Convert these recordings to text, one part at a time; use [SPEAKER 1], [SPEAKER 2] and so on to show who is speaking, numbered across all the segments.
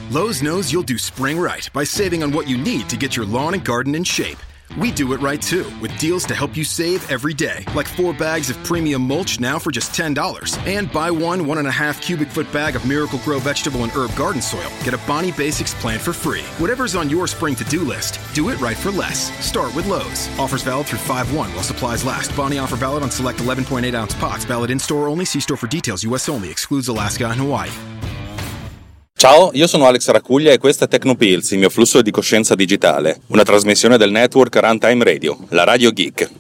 [SPEAKER 1] Lowe's knows you'll do spring right by saving on what you need to get your lawn and garden in shape. We do it right too, with deals to help you save every day. Like 4 bags of premium mulch now for just $10. And buy 1.5 cubic foot bag of Miracle-Gro vegetable and herb garden soil. Get a Bonnie Basics plant for free. Whatever's on your spring to-do list, do it right for less. Start with Lowe's. Offers valid through 5/1 while supplies last. Bonnie offer valid on select 11.8-ounce pots. Valid in-store only. See store for details. U.S. only. Excludes Alaska and Hawaii.
[SPEAKER 2] Ciao, io sono Alex Racuglia e questo è Tecnopills, il mio flusso di coscienza digitale, una trasmissione del network Runtime Radio, la Radio Geek.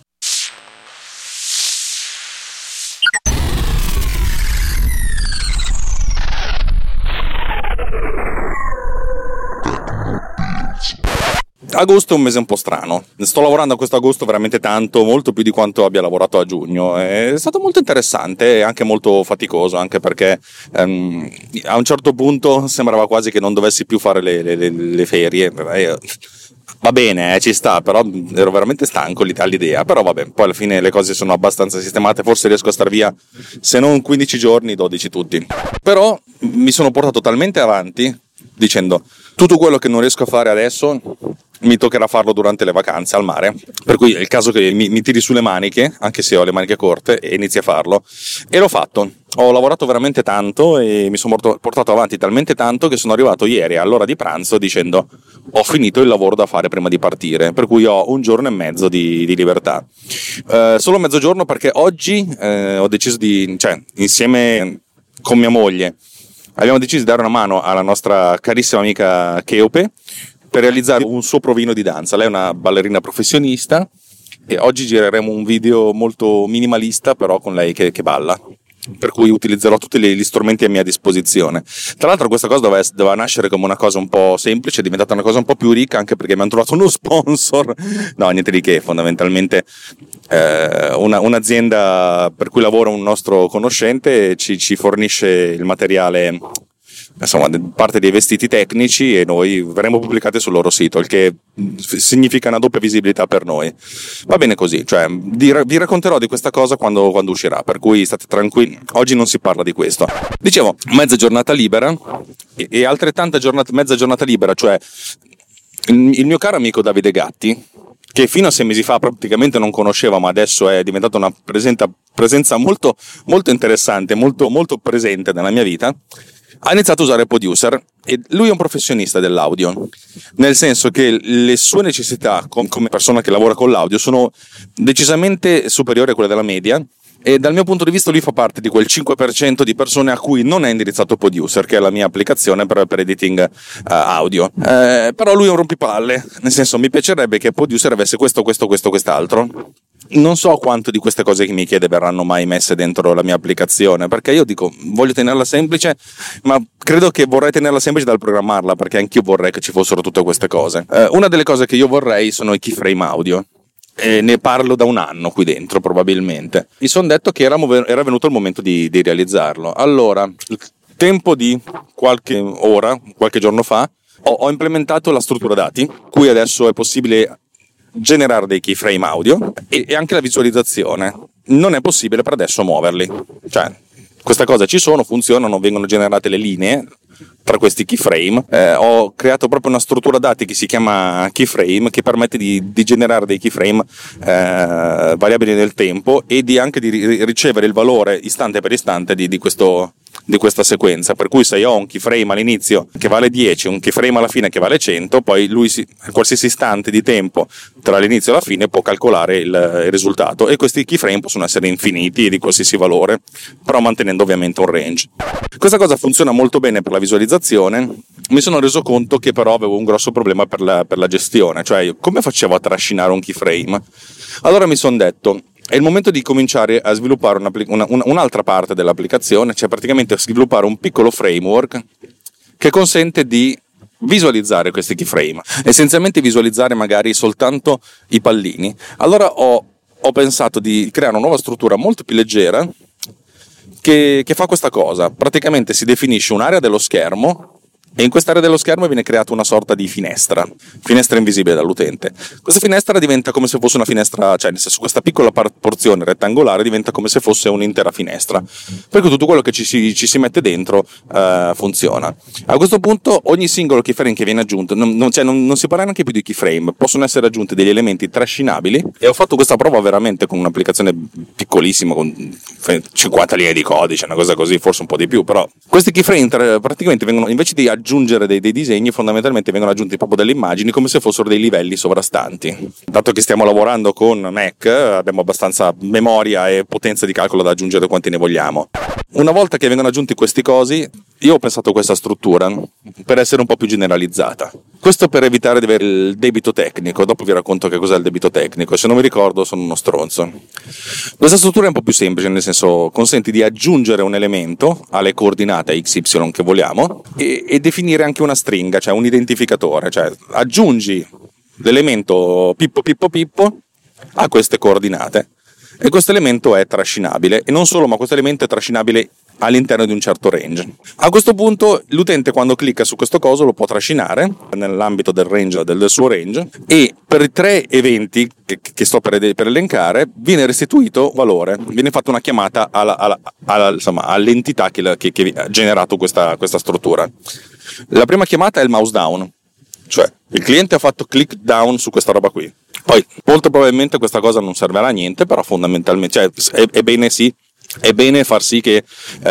[SPEAKER 2] Agosto è un mese un po' strano, sto lavorando a questo agosto veramente tanto, molto più di quanto abbia lavorato a giugno. È stato molto interessante e anche molto faticoso, anche perché a un certo punto sembrava quasi che non dovessi più fare le ferie. Va bene, ci sta, però ero veramente stanco all'idea, però vabbè, poi alla fine le cose sono abbastanza sistemate, forse riesco a star via se non 15 giorni, 12 tutti. Però mi sono portato talmente avanti dicendo tutto quello che non riesco a fare adesso mi toccherà farlo durante le vacanze al mare, per cui è il caso che mi tiri sulle maniche, anche se ho le maniche corte, e inizi a farlo. E l'ho fatto, ho lavorato veramente tanto e mi sono portato avanti talmente tanto che sono arrivato ieri all'ora di pranzo dicendo ho finito il lavoro da fare prima di partire, per cui ho 1 giorno e mezzo di libertà. Solo mezzogiorno perché oggi ho deciso insieme con mia moglie abbiamo deciso di dare una mano alla nostra carissima amica Cheope per realizzare un suo provino di danza. Lei è una ballerina professionista e oggi gireremo un video molto minimalista però con lei che balla, per cui utilizzerò tutti gli strumenti a mia disposizione. Tra l'altro questa cosa doveva nascere come una cosa un po' semplice, è diventata una cosa un po' più ricca anche perché mi hanno trovato uno sponsor, no niente di che, fondamentalmente un'azienda per cui lavora un nostro conoscente ci fornisce il materiale, insomma parte dei vestiti tecnici, e noi verremo pubblicati sul loro sito, il che significa una doppia visibilità per noi. Va bene così, cioè vi racconterò di questa cosa quando uscirà, per cui state tranquilli, oggi non si parla di questo. Dicevo, mezza giornata libera e altrettanta mezza giornata libera, cioè il mio caro amico Davide Gatti, che fino a 6 mesi fa praticamente non conoscevo, ma adesso è diventata una presenza molto, molto interessante, molto, molto presente nella mia vita, ha iniziato a usare Producer. E lui è un professionista dell'audio, nel senso che le sue necessità come persona che lavora con l'audio sono decisamente superiori a quelle della media, e dal mio punto di vista lui fa parte di quel 5% di persone a cui non è indirizzato Producer, che è la mia applicazione per editing audio. Però lui è un rompipalle, nel senso mi piacerebbe che Producer avesse quest'altro. Non so quanto di queste cose che mi chiede verranno mai messe dentro la mia applicazione, perché io dico voglio tenerla semplice, ma credo che vorrei tenerla semplice dal programmarla, perché anch'io vorrei che ci fossero tutte queste cose. Una delle cose che io vorrei sono i keyframe audio. E ne parlo da 1 anno qui dentro probabilmente. Mi sono detto che era venuto il momento di realizzarlo. Allora, il tempo di qualche giorno fa, ho implementato la struttura dati, cui adesso è possibile generare dei keyframe audio e anche la visualizzazione. Non è possibile per adesso muoverli, cioè queste cose ci sono, funzionano, vengono generate le linee tra questi keyframe. Ho creato proprio una struttura dati che si chiama keyframe, che permette di generare dei keyframe variabili nel tempo e anche di ricevere il valore istante per istante di questa sequenza, per cui se io ho un keyframe all'inizio che vale 10, un keyframe alla fine che vale 100, poi lui qualsiasi istante di tempo tra l'inizio e la fine può calcolare il risultato, e questi keyframe possono essere infiniti e di qualsiasi valore, però mantenendo ovviamente un range. Questa cosa funziona molto bene per la visualizzazione. Mi sono reso conto che però avevo un grosso problema per la gestione, cioè come facevo a trascinare un keyframe? Allora mi sono detto è il momento di cominciare a sviluppare un'altra parte dell'applicazione, cioè praticamente sviluppare un piccolo framework che consente di visualizzare questi keyframe, essenzialmente visualizzare magari soltanto i pallini. Allora ho pensato di creare una nuova struttura molto più leggera che fa questa cosa. Praticamente si definisce un'area dello schermo e in quest'area dello schermo viene creata una sorta di finestra invisibile dall'utente. Questa finestra diventa come se fosse una finestra, cioè nel senso, questa piccola porzione rettangolare diventa come se fosse un'intera finestra, perché tutto quello che ci si mette dentro funziona. A questo punto ogni singolo keyframe che viene aggiunto, non si parla neanche più di keyframe, possono essere aggiunti degli elementi trascinabili, e ho fatto questa prova veramente con un'applicazione piccolissima, con 50 linee di codice, una cosa così, forse un po' di più, però questi keyframe praticamente vengono, invece di aggiungere dei disegni, fondamentalmente vengono aggiunti proprio delle immagini come se fossero dei livelli sovrastanti. Dato che stiamo lavorando con Mac, abbiamo abbastanza memoria e potenza di calcolo da aggiungere quanti ne vogliamo. Una volta che vengono aggiunti questi cosi, io ho pensato a questa struttura per essere un po' più generalizzata. Questo per evitare di avere il debito tecnico. Dopo vi racconto che cos'è il debito tecnico, se non mi ricordo sono uno stronzo. Questa struttura è un po' più semplice, nel senso consente di aggiungere un elemento alle coordinate XY che vogliamo e definire anche una stringa, cioè un identificatore, cioè aggiungi l'elemento Pippo Pippo Pippo a queste coordinate e questo elemento è trascinabile, e non solo, ma questo elemento è trascinabile all'interno di un certo range. A questo punto l'utente, quando clicca su questo coso, lo può trascinare nell'ambito del range, del suo range, e per i 3 eventi che sto per elencare viene restituito valore, viene fatta una chiamata all'entità che ha generato questa struttura. La prima chiamata è il mouse down, cioè il cliente ha fatto click down su questa roba qui. Poi molto probabilmente questa cosa non servirà a niente, però fondamentalmente, cioè, è bene far sì che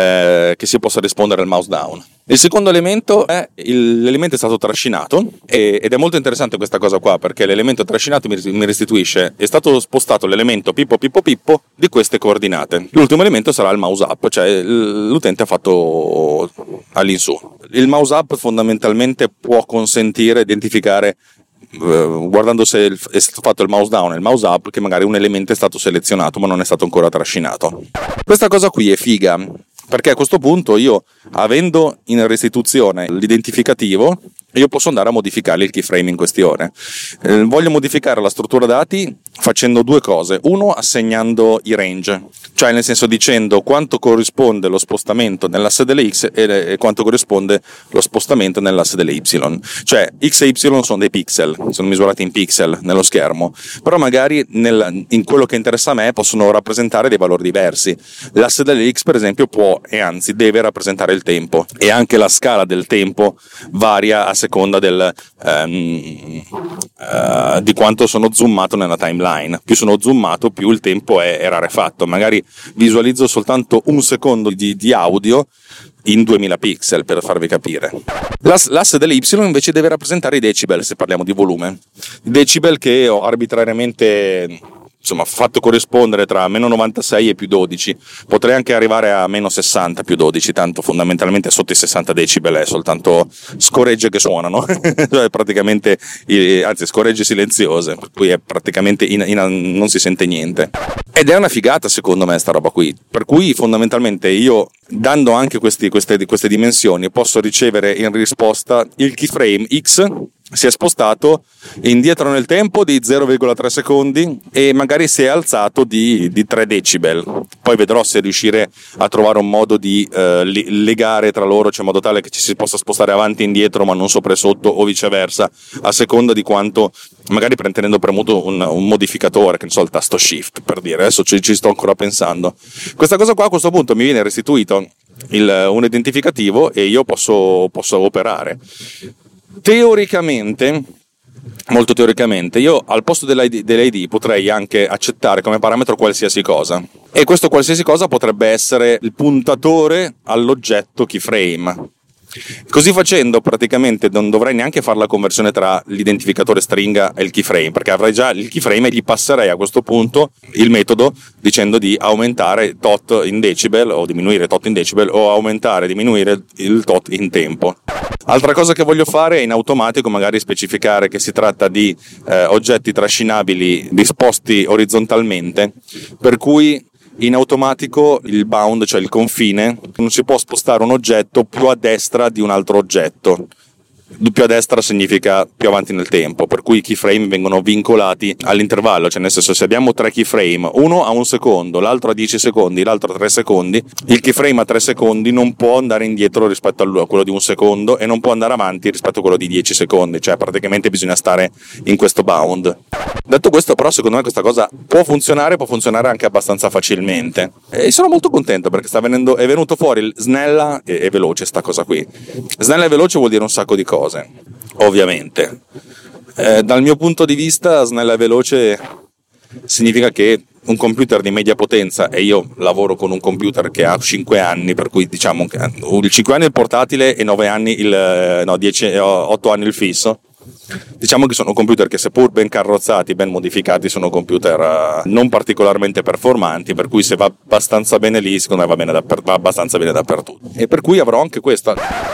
[SPEAKER 2] si possa rispondere al mouse down. Il secondo elemento è l'elemento è stato trascinato, ed è molto interessante questa cosa qua, perché l'elemento trascinato mi restituisce: è stato spostato l'elemento Pippo Pippo Pippo di queste coordinate. L'ultimo elemento sarà il mouse up, cioè l'utente ha fatto all'insù. Il mouse up fondamentalmente può consentire di identificare, guardando se è stato fatto il mouse down e il mouse up, che magari un elemento è stato selezionato ma non è stato ancora trascinato. Questa cosa qui è figa, perché a questo punto io, avendo in restituzione l'identificativo, io posso andare a modificare il keyframe in questione. Voglio modificare la struttura dati facendo 2 cose. Uno, assegnando i range, cioè nel senso dicendo quanto corrisponde lo spostamento nell'asse delle X e quanto corrisponde lo spostamento nell'asse delle Y. Cioè X e Y sono dei pixel, sono misurati in pixel nello schermo, però magari in quello che interessa a me possono rappresentare dei valori diversi. L'asse delle X per esempio può, e anzi deve, rappresentare il tempo, e anche la scala del tempo varia a seconda di quanto sono zoomato nella timeline. Più sono zoomato, più il tempo è rarefatto. Magari visualizzo soltanto un secondo di audio in 2000 pixel, per farvi capire. L'asse delle Y invece deve rappresentare i decibel, se parliamo di volume. I decibel che ho arbitrariamente fatto corrispondere tra meno 96 e più 12, potrei anche arrivare a meno 60 più 12, tanto fondamentalmente sotto i 60 decibel è soltanto scoregge che suonano, cioè praticamente, anzi scoregge silenziose, per cui è praticamente non si sente niente. Ed è una figata secondo me sta roba qui, per cui fondamentalmente io, dando anche queste dimensioni, posso ricevere in risposta il keyframe X si è spostato indietro nel tempo di 0,3 secondi e magari si è alzato di 3 decibel. Poi vedrò se riuscire a trovare un modo di legare tra loro, cioè in modo tale che ci si possa spostare avanti e indietro ma non sopra e sotto, o viceversa, a seconda di quanto, magari tenendo premuto un modificatore, che ne so, il tasto shift, per dire. Adesso ci sto ancora pensando. Questa cosa qua a questo punto mi viene restituito un identificativo e io posso operare. Teoricamente, molto teoricamente, io al posto dell'ID potrei anche accettare come parametro qualsiasi cosa, e questo qualsiasi cosa potrebbe essere il puntatore all'oggetto keyframe. Così facendo praticamente non dovrei neanche fare la conversione tra l'identificatore stringa e il keyframe, perché avrei già il keyframe e gli passerei a questo punto il metodo dicendo di aumentare tot in decibel o diminuire tot in decibel, o aumentare e diminuire il tot in tempo. Altra cosa che voglio fare è in automatico magari specificare che si tratta di oggetti trascinabili disposti orizzontalmente, per cui in automatico il bound, cioè il confine, non si può spostare un oggetto più a destra di un altro oggetto. più a destra significa più avanti nel tempo, per cui i keyframe vengono vincolati all'intervallo, cioè nel senso, se abbiamo 3 keyframe, uno a 1 secondo, l'altro a 10 secondi, l'altro a 3 secondi, il keyframe a 3 secondi non può andare indietro rispetto a quello di 1 secondo e non può andare avanti rispetto a quello di 10 secondi, cioè praticamente bisogna stare in questo bound. Detto questo, però, secondo me questa cosa può funzionare anche abbastanza facilmente, e sono molto contento perché è venuto fuori snella e veloce sta cosa qui. Snella e veloce vuol dire un sacco di cose, ovviamente. Dal mio punto di vista, snella e veloce significa che un computer di media potenza, e io lavoro con un computer che ha 5 anni, per cui diciamo 5 anni il portatile e 8 anni il fisso. Diciamo che sono computer che, seppur ben carrozzati, ben modificati, sono computer non particolarmente performanti, per cui se va abbastanza bene lì, secondo me va abbastanza bene dappertutto. E per cui avrò anche questa.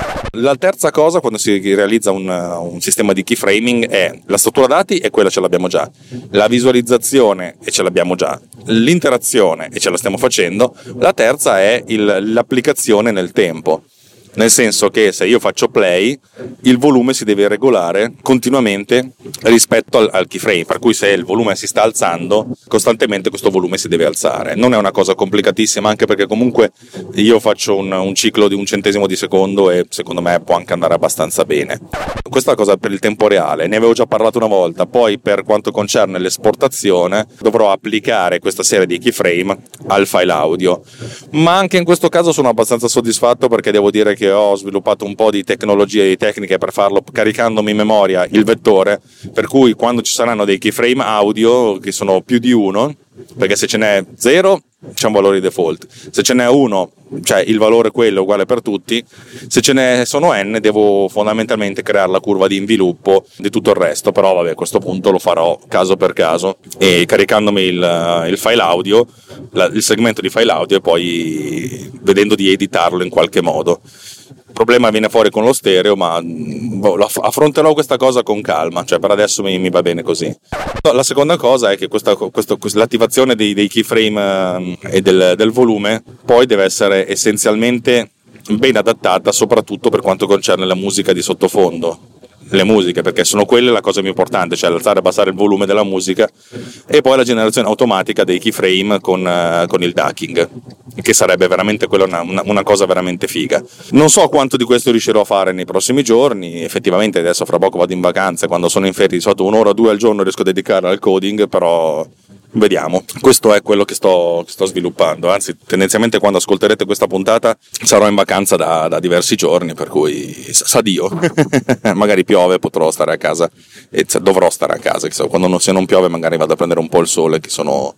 [SPEAKER 2] La terza cosa, quando si realizza un sistema di keyframing, è la struttura dati, e quella ce l'abbiamo già, la visualizzazione, e ce l'abbiamo già, l'interazione, e ce la stiamo facendo. La terza è l'applicazione nel tempo. Nel senso che se io faccio play, il volume si deve regolare continuamente rispetto al keyframe, per cui se il volume si sta alzando costantemente, questo volume si deve alzare. Non è una cosa complicatissima, anche perché comunque io faccio un ciclo di 1 centesimo di secondo e secondo me può anche andare abbastanza bene. Questa è la cosa per il tempo reale, ne avevo già parlato una volta. Poi, per quanto concerne l'esportazione, dovrò applicare questa serie di keyframe al file audio, ma anche in questo caso sono abbastanza soddisfatto, perché devo dire che ho sviluppato un po' di tecnologie e tecniche per farlo, caricandomi in memoria il vettore, per cui quando ci saranno dei keyframe audio che sono più di uno, perché se ce n'è 0 c'è un valore default, se ce n'è 1 cioè il valore quello uguale per tutti, se ce ne sono n devo fondamentalmente creare la curva di inviluppo di tutto il resto. Però vabbè, a questo punto lo farò caso per caso, e caricandomi il file audio, il segmento di file audio, e poi vedendo di editarlo in qualche modo. Il problema viene fuori con lo stereo, ma affronterò questa cosa con calma, cioè per adesso mi va bene così. La seconda cosa è che l'attivazione dei keyframe e del volume poi deve essere essenzialmente ben adattata, soprattutto per quanto concerne la musica di sottofondo. Le musiche, perché sono quelle la cosa più importante, cioè alzare e abbassare il volume della musica, e poi la generazione automatica dei keyframe con il ducking, che sarebbe veramente quella una cosa veramente figa. Non so quanto di questo riuscirò a fare nei prossimi giorni. Effettivamente adesso fra poco vado in vacanza, quando sono in ferie di solito 1 ora o 2 al giorno riesco a dedicare al coding, però vediamo. Questo è quello che sto sviluppando, anzi tendenzialmente quando ascolterete questa puntata sarò in vacanza da diversi giorni, per cui sa Dio magari piove, potrò stare a casa, e dovrò stare a casa, se non piove magari vado a prendere un po' il sole, che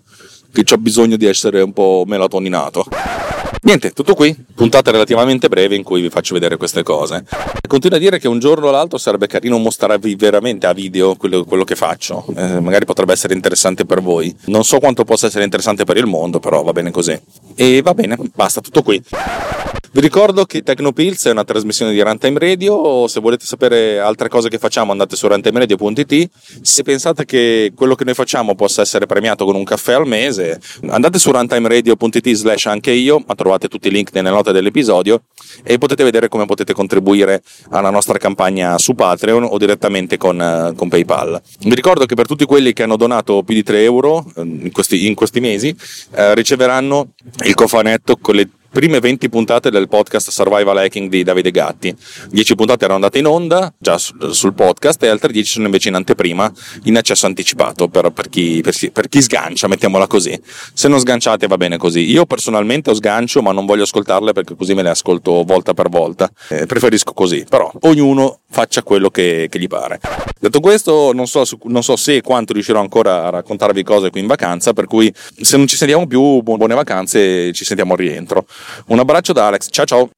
[SPEAKER 2] ho bisogno di essere un po' melatoninato. Niente, tutto qui, puntata relativamente breve in cui vi faccio vedere queste cose. Continuo a dire che un giorno o l'altro sarebbe carino mostrarvi veramente a video quello che faccio, magari potrebbe essere interessante per voi. Non so quanto possa essere interessante per il mondo, però va bene così. E va bene, basta, tutto qui. Vi ricordo che Tecnopills è una trasmissione di Runtime Radio. Se volete sapere altre cose che facciamo, andate su runtimeradio.it. Se pensate che quello che noi facciamo possa essere premiato con un caffè al mese, andate su runtimeradio.it/anche io, ma trovate tutti i link nelle note dell'episodio, e potete vedere come potete contribuire alla nostra campagna su Patreon o direttamente con PayPal. Vi ricordo che per tutti quelli che hanno donato più di 3 euro in questi mesi, riceveranno il cofanetto con le prime 20 puntate del podcast Survival Hacking di Davide Gatti. 10 puntate erano andate in onda già sul podcast, e altre 10 sono invece in anteprima, in accesso anticipato per chi sgancia, mettiamola così. Se non sganciate va bene così. Io personalmente ho sgancio, ma non voglio ascoltarle perché così me le ascolto volta per volta. Preferisco così, però ognuno faccia quello che gli pare. Detto questo, non so se e quanto riuscirò ancora a raccontarvi cose qui in vacanza, per cui se non ci sentiamo più, buone vacanze, ci sentiamo al rientro. Un abbraccio da Alex, ciao ciao!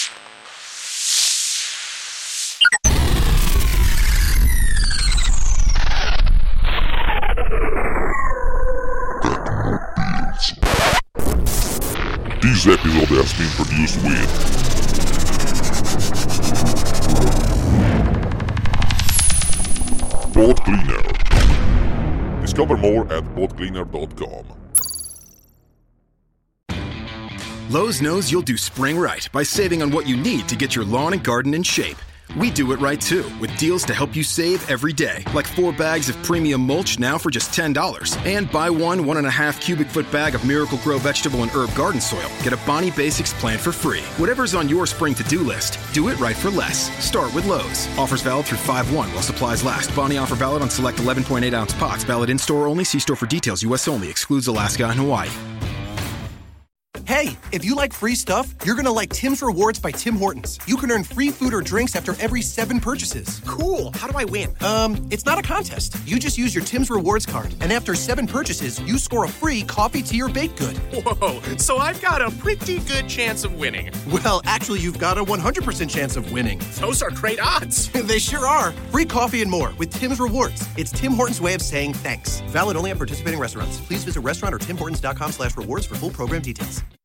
[SPEAKER 3] This episode has been produced with Pod Cleaner. Discover more at podcleaner.com.
[SPEAKER 1] Lowe's knows you'll do spring right by saving on what you need to get your lawn and garden in shape. We do it right too, with deals to help you save every day. Like 4 bags of premium mulch now for just $10. And buy 1.5 cubic foot bag of Miracle-Gro vegetable and herb garden soil. Get a Bonnie Basics plan for free. Whatever's on your spring to-do list, do it right for less. Start with Lowe's. Offers valid through 5/1 while supplies last. Bonnie offer valid on select 11.8-ounce pots. Valid in-store only. See store for details. U.S. only. Excludes Alaska and Hawaii.
[SPEAKER 4] Hey, if you like free stuff, you're gonna like Tim's Rewards by Tim Hortons. You can earn free food or drinks after every 7 purchases.
[SPEAKER 5] Cool. How do I win?
[SPEAKER 4] It's not a contest. You just use your Tim's Rewards card, and after 7 purchases, you score a free coffee, tea, or baked good.
[SPEAKER 5] Whoa, so I've got a pretty good chance of winning.
[SPEAKER 4] Well, actually, you've got a 100% chance of winning.
[SPEAKER 5] Those are great odds.
[SPEAKER 4] They sure are. Free coffee and more with Tim's Rewards. It's Tim Hortons' way of saying thanks. Valid only at participating restaurants. Please visit restaurant or timhortons.com/rewards for full program details.